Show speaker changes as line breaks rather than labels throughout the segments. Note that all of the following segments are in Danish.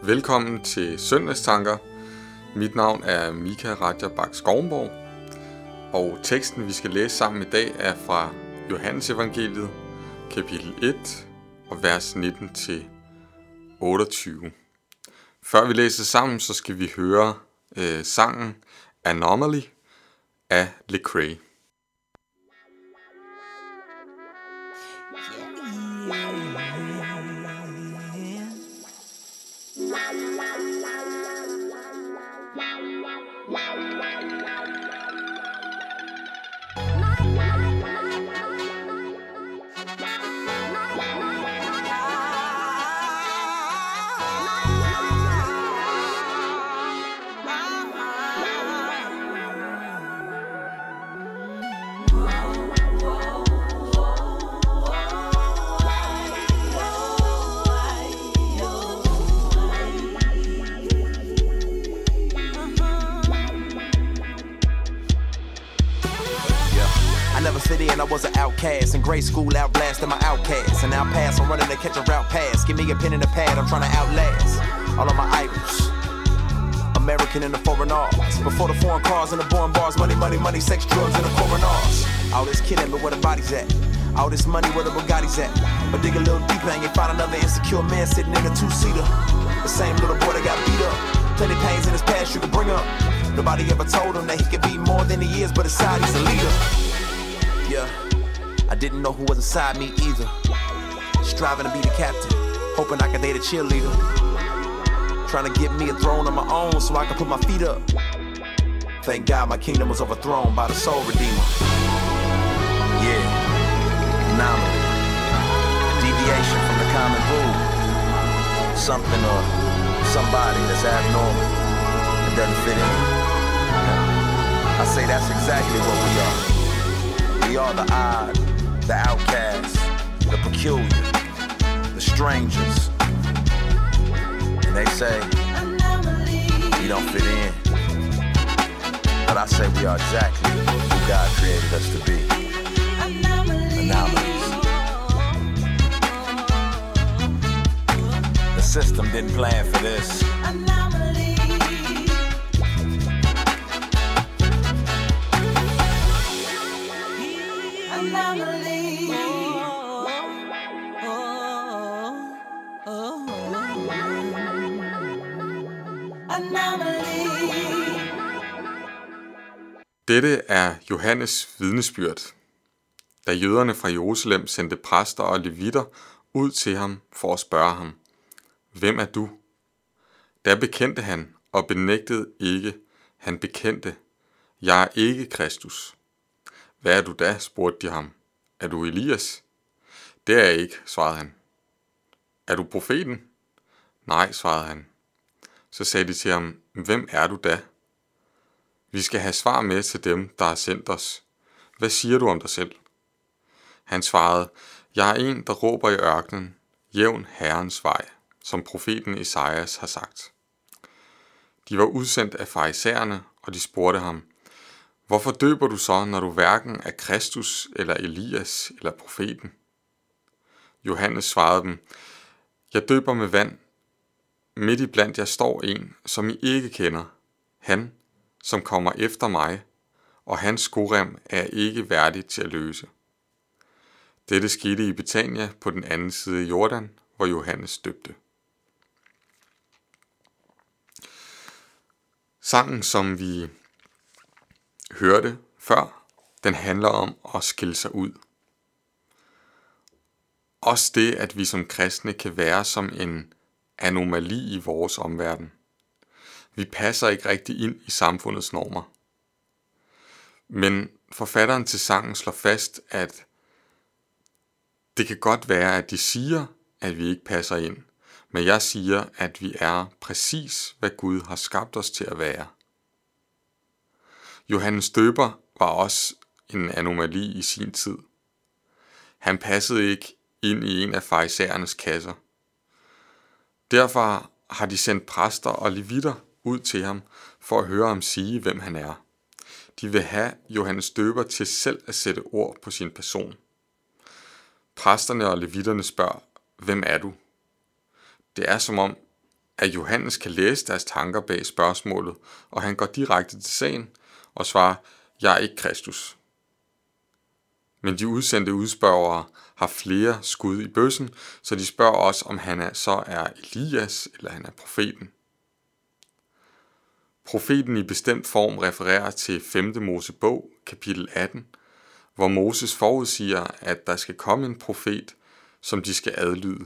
Velkommen til Søndagstanker. Mit navn er Mika Radja Bak Skovnborg, og teksten vi skal læse sammen i dag er fra Johannes Evangeliet, kapitel 1, og vers 19-28. Før vi læser sammen, så skal vi høre sangen Anomaly af Lecrae.
I never fit in, I was an outcast. In grade school, outblasted my outcast. And now pass, I'm running to catch a route pass. Give me a pen and a pad, I'm trying to outlast all of my idols. American and the foreign arts. Before the foreign cars and the boring bars. Money, money, money, sex, drugs, and the coronars. All this killing, but where the body's at? All this money, where the Bugatti's at? But dig a little deeper and you find another insecure man sitting in a two-seater. The same little boy that got beat up. Plenty pains in his past you can bring up. Nobody ever told him that he could be more than he is, but inside he's a leader. Yeah, I didn't know who was inside me either. Striving to be the captain, hoping I could date a cheerleader. Trying to get me a throne of my own so I could put my feet up. Thank God my kingdom was overthrown by the soul redeemer. Yeah, anomaly, deviation from the common rule. Something or somebody that's abnormal and doesn't fit in. I say that's exactly what we are. We are the odd, the outcast, the peculiar, the strangers. And they say we don't fit in. But I say we are exactly who God created us to be. Anomalies. The system didn't plan for this.
Dette er Johannes vidnesbyrd, da jøderne fra Jerusalem sendte præster og levitter ud til ham for at spørge ham, hvem er du? Da bekendte han og benægtede ikke, han bekendte, jeg er ikke Kristus. Hvad er du da, spurgte de ham. Er du Elias? Det er jeg ikke, svarede han. Er du profeten? Nej, svarede han. Så sagde de til ham, hvem er du da? Vi skal have svar med til dem, der har sendt os. Hvad siger du om dig selv? Han svarede, jeg er en, der råber i ørkenen, jævn Herrens vej, som profeten Esajas har sagt. De var udsendt af farisæerne, og de spurgte ham, hvorfor døber du så, når du hverken er Kristus eller Elias eller profeten? Johannes svarede dem, jeg døber med vand. Midt i blandt jer står en, som I ikke kender, han, som kommer efter mig, og hans skorem er ikke værdig til at løse. Dette skete i Betania på den anden side af Jordan, hvor Johannes døbte. Sangen, som vi hørte før, den handler om at skille sig ud. Også det, at vi som kristne kan være som en anomali i vores omverden. Vi passer ikke rigtig ind i samfundets normer. Men forfatteren til sangen slår fast, at det kan godt være, at de siger, at vi ikke passer ind, men jeg siger, at vi er præcis, hvad Gud har skabt os til at være. Johannes Døber var også en anomali i sin tid. Han passede ikke ind i en af farisæernes kasser. Derfor har de sendt præster og levitter ud til ham for at høre ham sige, hvem han er. De vil have Johannes Døber til selv at sætte ord på sin person. Præsterne og levitterne spørger, hvem er du? Det er som om, at Johannes kan læse deres tanker bag spørgsmålet, og han går direkte til sagen og svarer, jeg er ikke Kristus. Men de udsendte udspørgere har flere skud i bøssen, så de spørger os, om han så er Elias eller han er profeten. Profeten i bestemt form refererer til 5. Mosebog, kapitel 18, hvor Moses forudsiger, at der skal komme en profet, som de skal adlyde.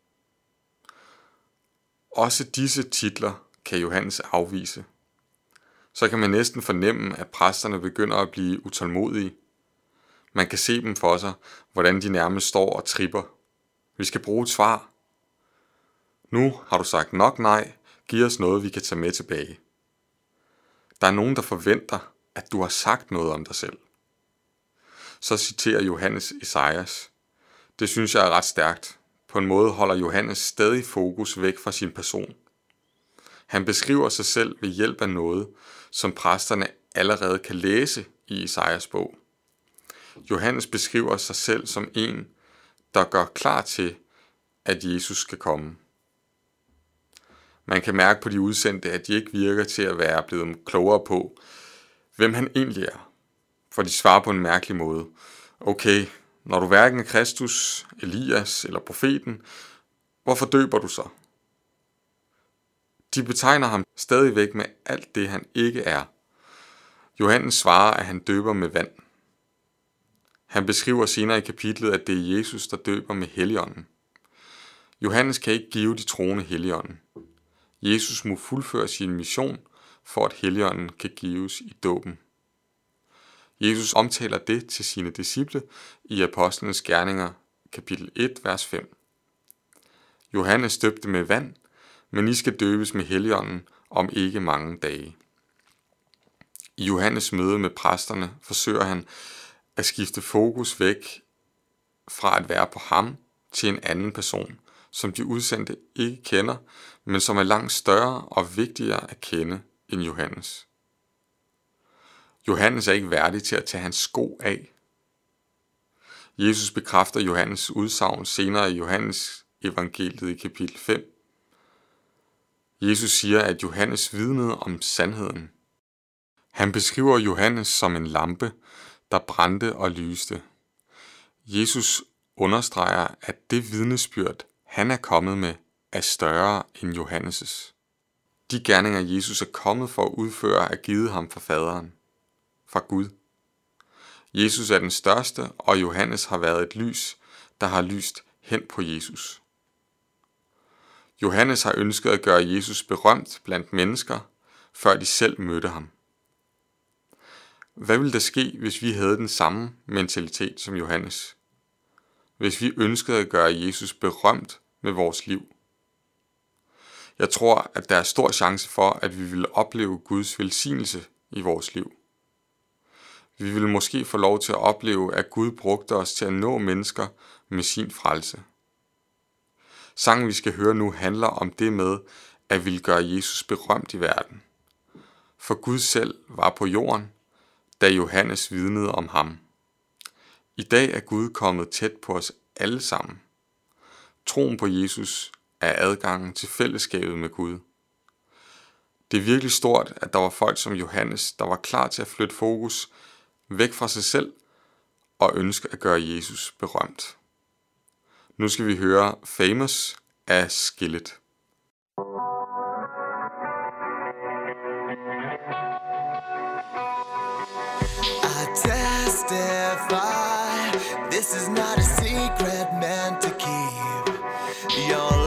Også disse titler kan Johannes afvise. Så kan man næsten fornemme, at præsterne begynder at blive utålmodige. Man kan se dem for sig, hvordan de nærmest står og tripper. Vi skal bruge et svar. Nu har du sagt nok nej, giv os noget, vi kan tage med tilbage. Der er nogen, der forventer, at du har sagt noget om dig selv. Så citerer Johannes Esajas. Det synes jeg er ret stærkt. På en måde holder Johannes stadig fokus væk fra sin person. Han beskriver sig selv ved hjælp af noget, som præsterne allerede kan læse i Esajas bog. Johannes beskriver sig selv som en, der gør klar til, at Jesus skal komme. Man kan mærke på de udsendte, at de ikke virker til at være blevet klogere på, hvem han egentlig er. For de svarer på en mærkelig måde. Okay, når du hverken er Kristus, Elias eller profeten, hvorfor døber du så? De betegner ham stadigvæk med alt det, han ikke er. Johannes svarer, at han døber med vand. Han beskriver senere i kapitlet, at det er Jesus, der døber med Helligånden. Johannes kan ikke give de troende Helligånden. Jesus må fuldføre sin mission, for at Helligånden kan gives i dåben. Jesus omtaler det til sine disciple i Apostlenes Gerninger, kapitel 1, vers 5. Johannes døbte med vand, men I skal døbes med Helligånden om ikke mange dage. I Johannes møde med præsterne forsøger han at skifte fokus væk fra at være på ham til en anden person, som de udsendte ikke kender, men som er langt større og vigtigere at kende end Johannes. Johannes er ikke værdig til at tage hans sko af. Jesus bekræfter Johannes udsagn senere i Johannes evangeliet i kapitel 5. Jesus siger, at Johannes vidnede om sandheden. Han beskriver Johannes som en lampe, der brændte og lyste. Jesus understreger, at det vidnesbyrd, han er kommet med, er større end Johannes'. De gerninger, Jesus er kommet for at udføre, er givet ham fra faderen, fra Gud. Jesus er den største, og Johannes har været et lys, der har lyst hen på Jesus. Johannes har ønsket at gøre Jesus berømt blandt mennesker, før de selv mødte ham. Hvad ville der ske, hvis vi havde den samme mentalitet som Johannes? Hvis vi ønskede at gøre Jesus berømt med vores liv? Jeg tror, at der er stor chance for, at vi ville opleve Guds velsignelse i vores liv. Vi ville måske få lov til at opleve, at Gud brugte os til at nå mennesker med sin frelse. Sangen, vi skal høre nu, handler om det med, at ville gøre Jesus berømt i verden. For Gud selv var på jorden, da Johannes vidnede om ham. I dag er Gud kommet tæt på os alle sammen. Troen på Jesus er adgangen til fællesskabet med Gud. Det er virkelig stort, at der var folk som Johannes, der var klar til at flytte fokus væk fra sig selv og ønske at gøre Jesus berømt. Nu skal vi høre Famous af Skillet.
I testify, this is not a secret meant to keep. Your